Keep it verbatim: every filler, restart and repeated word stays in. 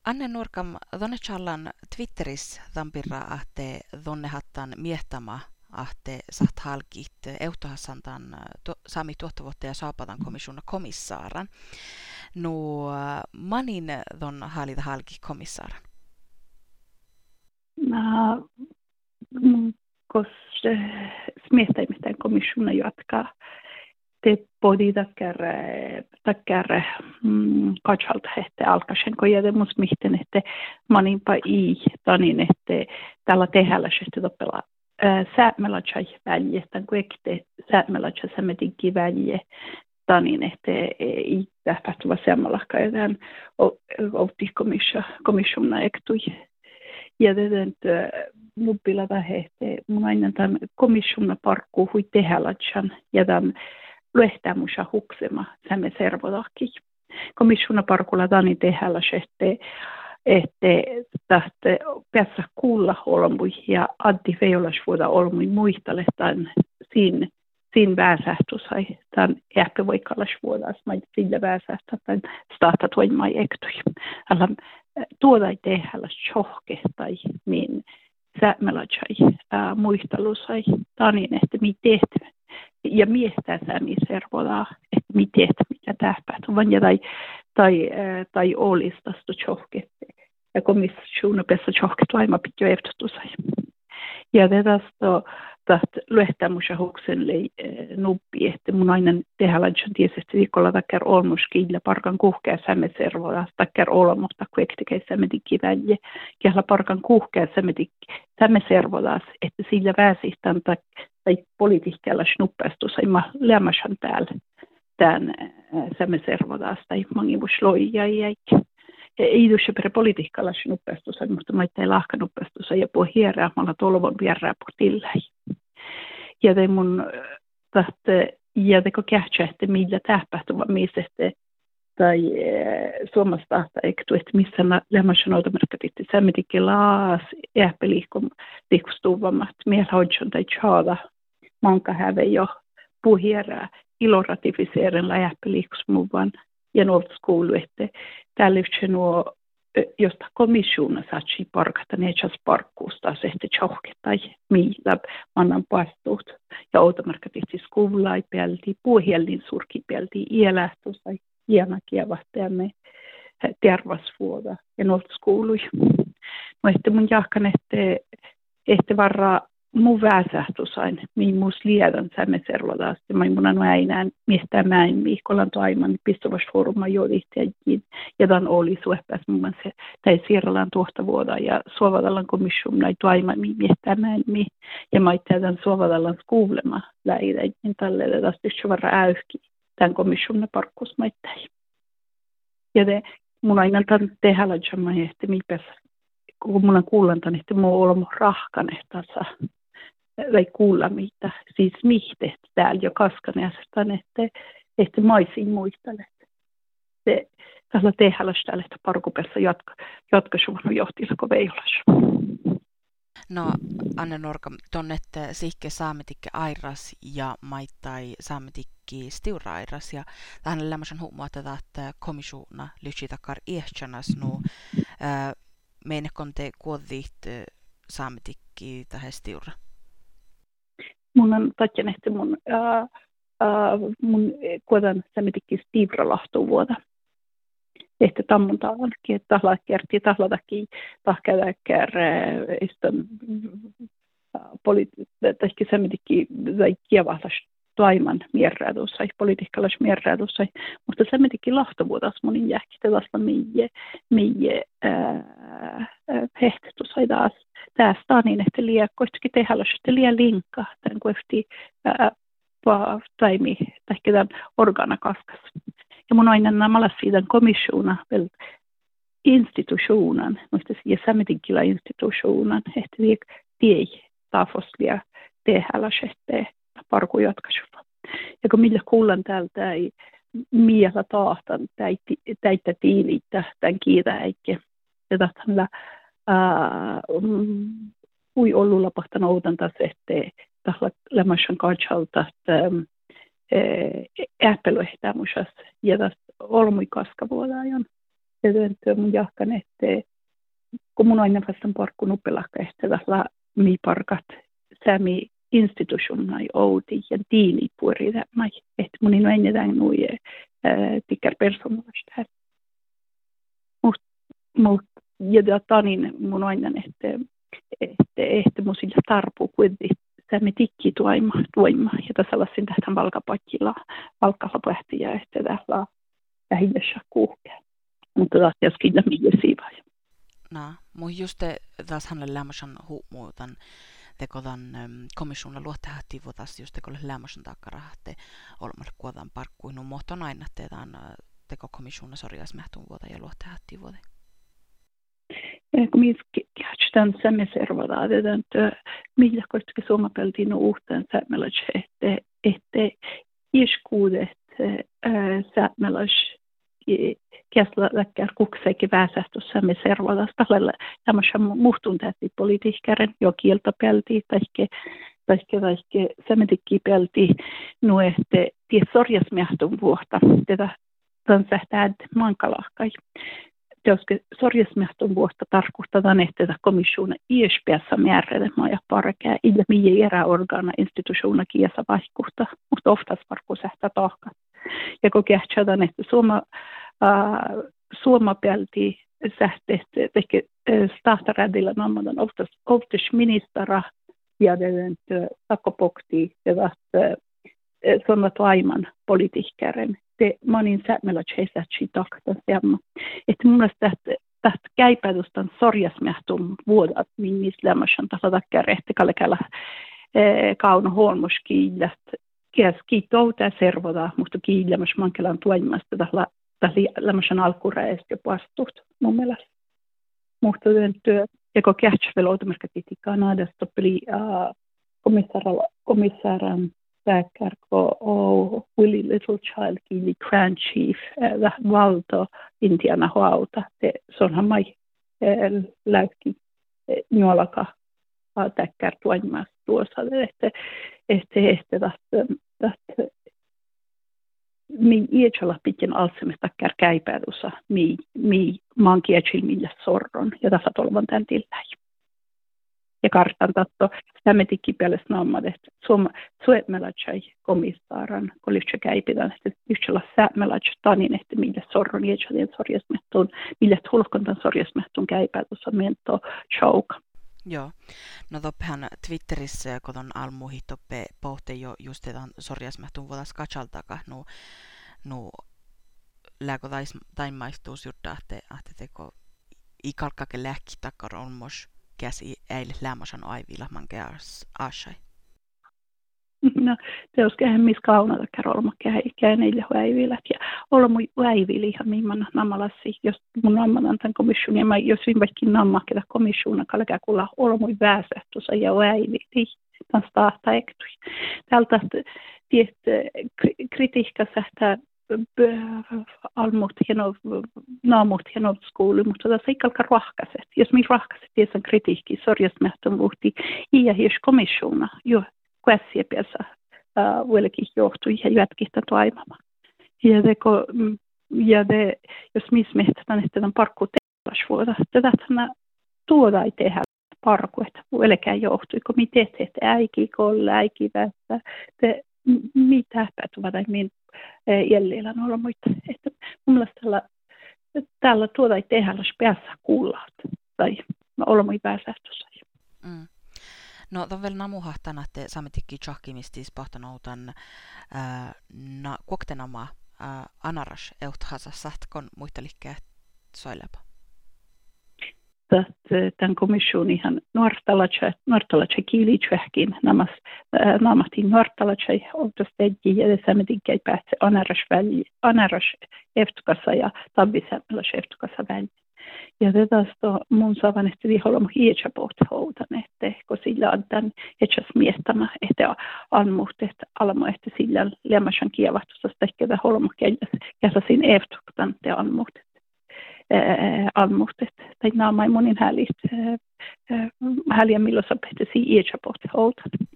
Anne Nurkam, donne challan Twitteris tampirra ahte donne hattan miehtama ahte saht halkit eutohassantan saami tuottavuutta ja saapatan komissiona komissaaran. No manin don halita halki komissaaran. Mä kos smiettäimistään komissiona jatkaa te podi takkar takkar katsalta hette alkasen ko jäde mus mihten että maninpa i tanin että tällä tehällä sitten toppela säämelatsai välje tämän kuekte säämelatsai sametinkin välje tanin että i tähtävä semmalakka joten outi komissio komissiona ektui ja täten nuppila vähehte mun aina tämän komissiona parkku hui tehälatsan ja tämän luehtämusa huksema sämme servodaki. Komissiona parkulla tani tehällä että että tähtä päässä kuulla olmui ja addi veilas vuoda olmui muistalle tämän siinä siinä väsähtusai tämän äppivoikallas vuodas mai sillä väsähtä tämän starta toimimai ektui. Alla tuoda tehällä chohke tai niin säämelatsai muistelusai tanin että mi tehtävä. Ja miehtää säämi servodaa, että miten, mikä tähpäät on, ja tai, tai, tai olisi tästä tjohket. Ja komissiona päässä tjohket laima pitää ehdotusai. Ja tästä tästä lyhtämusa huksen lei nuppi, että mun aina tehdään tietysti viikolla takkar olmuskille parkan kuhkea säämme servodaa, takkar olmusta kuektikei säämme dikiväljä. Kehla parkan kuhkea säämme servodaa, että sillä väsistään tai politiikalla snuppastu saimme lämmäsän päällä tämän säämme servodaa, tai mangivuusloija jäikki. Ei dusse per politiikalla snuppastu sai, mutta maita ei lahka nuppastu sai ja puhua hieräämällä tolvon vierää potilla. Ja te mun tahte ja teko kähtsä, että millä tähpähtuva missä tai Suomessa tahta ektu, että missä lämmäsän automerkatitti sämmetikin laas äppeliikkustuvammat mielhoidson tai tjaada manka häve jo puhierää iloratifiseerilla äppeliikkusmuvan ja nuolta skuulu, että tällä yhdessä nuo josta komissiona saatsi parkata neitsas parkkuusta se, että tjohke tai millä mannan pastuut ja automerkatitti skuulai pelti, puhielin surki pelti, ielähtus tai hiena kievahtajamme tervasvuoda ja nuolta skuului. No, että mun jahkan, että, että varraa mun väsähtusain, mihin muus liedon sämme servodaasti. Mä mun anu äinään, mistä mä en miikolan toiman pistovasfooruma johdihtajakin. Ja tämän oli suhpäs mun se, tai siirrallaan tuosta vuoda ja suovadallaan komissium näin toiman, mistä mä en mi. Ja mä itse tämän suovadallaan skuulema läidäkin tälle, että tästä varra äyhki tämän komissiumna parkkus mä itse. Ja te, mun aina tämän tehällä jamma, että mipäs, kun mun on kuullantan, että mun on ollut rahkan, että ei kuulla mitä, siis mihte täällä jo kaskaneesta, että, että maisin muistelet. Se tällä tehällä täällä, että parkupessa jatka, jatkasuunnon johtilako veilas. No, Anne Norka, tonne sihke saametikke airas ja maittai saametikki stiura airas ja tähän lämmöisen huomuutta, että komissiona lyhjitakar iähtsänas nu meinekon te kuodit saametikki tähän stiura? Mun on tatjan, että mun, ää, ää, mun kuodan saametikki stiura lahtuu vuoda. Että tammun tavankin, että tahla kerti tahlatakin tahkädäkkär istön poliittisesti semmetikin tai kievahtas toiman mierrädusai, politiikkalais mierrädusai, mutta semmetikin lahtovuodas monin jähkistä tästä miie, miie hehtetusai taas. Tästä on niin, että liian koistakin tehdä, että liian linkka, tämän kuefti taimi, tai tämän organakaskas. Ja mun aina namalla siitä komissiona, vel institutionen, mutta ja sametinkillä institutionen, että vi tiei taafoslia tehällä sette parku jatkasuva. Ja kun millä kuullaan täältä ei miellä tahtan täitä tiiliitä tämän kiitäikke. Ja tahtanilla ui ollut lapahtan oudan taas, että tahla lämmäsän katsalta, että äppelyehtämusas ja tästä olmui kaskavuodajan. työ mun jahkan, että kun mun aina vastaan parkku nuppelakka, että tällä mi parkat sami institutionai outi ja tiili puori tämä, että mun ei aina tämän nui tikkär persoonallista. Mut mut ja tanin mun aina, että että että mun sillä tarpuu kuitenkin sami tikki tuima tuima ja tässä lasin tähän valkapakilla valkalla pähtiä, että tällä lähinnässä kuukkää. Mutta taas joskin mihin siivaa. No, mun just te taas hänelle lämmösen huumuutan tekotan komissiolla luottehähti vuotas just tekolle lämmösen takkarahatte olemalle kuotan parkkuinu muoton aina teetään teko komissiolla sorjaismähtun vuota ja luottehähti vuote. Kun minä käsitän sämme servata, että millä koittakin suomapeltiin on uuteen sämmeläs, että että iskuudet sämmeläs käsillä läkkär kukseikin väsähtus sämme servata. Tällä tämmöisen muhtun tähti politiikkaren jo kieltä peltiin, taikki taikki taikki sämmetikki peltiin, no että ties sorjasmähtun vuotta, tätä tansähtää mankalahkai. Koska sorjasmähtun vuotta tarkoitetaan, että komissiona iäspässä määräilemään ja parkea, illa mihin eräorgana instituutiona kiesa vaikuttaa, mutta oftas varku sähtää tahkat. Ja kun kähtsätään, että Suoma, äh, Suoma pelti sähteet, että stahtarädillä nammadan oftas, oftas ministera ja den takopokti, ja Suoma toiman politiikkaren. Te monin sämmellä tseisatsi takta semma. Että mun mielestä tästä käypäilystä on sorjasmähtun vuodat, missä lämmösen tasolla kärähti kallikalla kauno huolmuskiilät. Kies kiittoutaa servoda, mutta kiilämäs mankelan tuoimasta tällä lämmösen alkureista jo pastut mun mielestä. Mutta työ, joko kähtsveloutumerkka titi Kanadasta peli komissaaran Säkärko och Willie Little Child kiili Grand Chief äh, valto Intiana huauta. Se onhan mai äh, läykki äh, nuolaka äh, täkkär tuoimassa tuossa. Että että että tästä mi iätsellä pitkin alsemista täkkär käypäilyssä mi mi maankietsil millä sorron ja tässä tolvan tämän tilläin. Ja kartan tatto lämmetikki pielessä nammat, että suomalaisai komissaaran kolitse käypitään, että yhdellä suomalaisai tanin, että millä sorron jätsälien sorjasmehtun, millä tulkontan sorjasmehtun käypäitössä mento shouka. Joo, no toppehan Twitterissä, kun on almuhi toppe pohte jo just tämän sorjasmehtun vuotas katsaltaka, no, no lääkö taimaistuus juttaa, että teko ikalkake lähki takkar on mos käsi ei lämmösen aivilla mankeas asai. No, te olisi kähän missä kaunata kerolma käy neille äivilät ja olla mun äivili ihan mihin nammalassi, jos mun namman antan komission ja mä jos viimeikin namma ketä komissiona kalkää kulla olla mun väsähtusa ja äivili tans tahta ektui. Tältä tiet kritiikka sähtää almut hieno naamut hieno skoulu, mutta tässä ei kalka rohkaiset. Jos minä rohkaiset tiesän kritiikki, sorjasmähtön vuhti, ja hies komissiona, jo kuessia pielessä vieläkin johtui ja jätkistä toimamaan. Ja teko, ja te, jos missä mehtään, että tämän parkku tehtävässä vuoda, tätä tuoda ei tehdä parkku, että vieläkään johtui, kun mitä teet, että äiki, kolla, äiki, vässä, te, mitä päätuvät, ei min jäljellä olla muita. Että mun mielestä tällä, tällä tuoda ei tehdä päässä kuullaat tai olla muita pääsähtössä. Mm. No, ton vielä namuhahtan, että sametikki tjahkimistis pahtanoutan na kuoktenama anaras euthasa sahtkon muistelikkeet soilepa. Tämän komission ihan nuortalatse kiilitsyähkin namas naamahtiin nuortalatse oltostedji ja sametikki ei pääse anaras väli anaras eftukassa ja tabbisämmeläs eftukassa väli. Ja tästä mun saavan, että viholla hietsä pohthoutan, että kun sillä on tämän hetsas miestämä, että almuut, että almu, että sillä lämmäsän kievahtusta, että holma käsäsin eftuktan te almuut. Almuut, että nämä on monin hälit, häliä milloin sä pehtesi hietsä pohthoutan.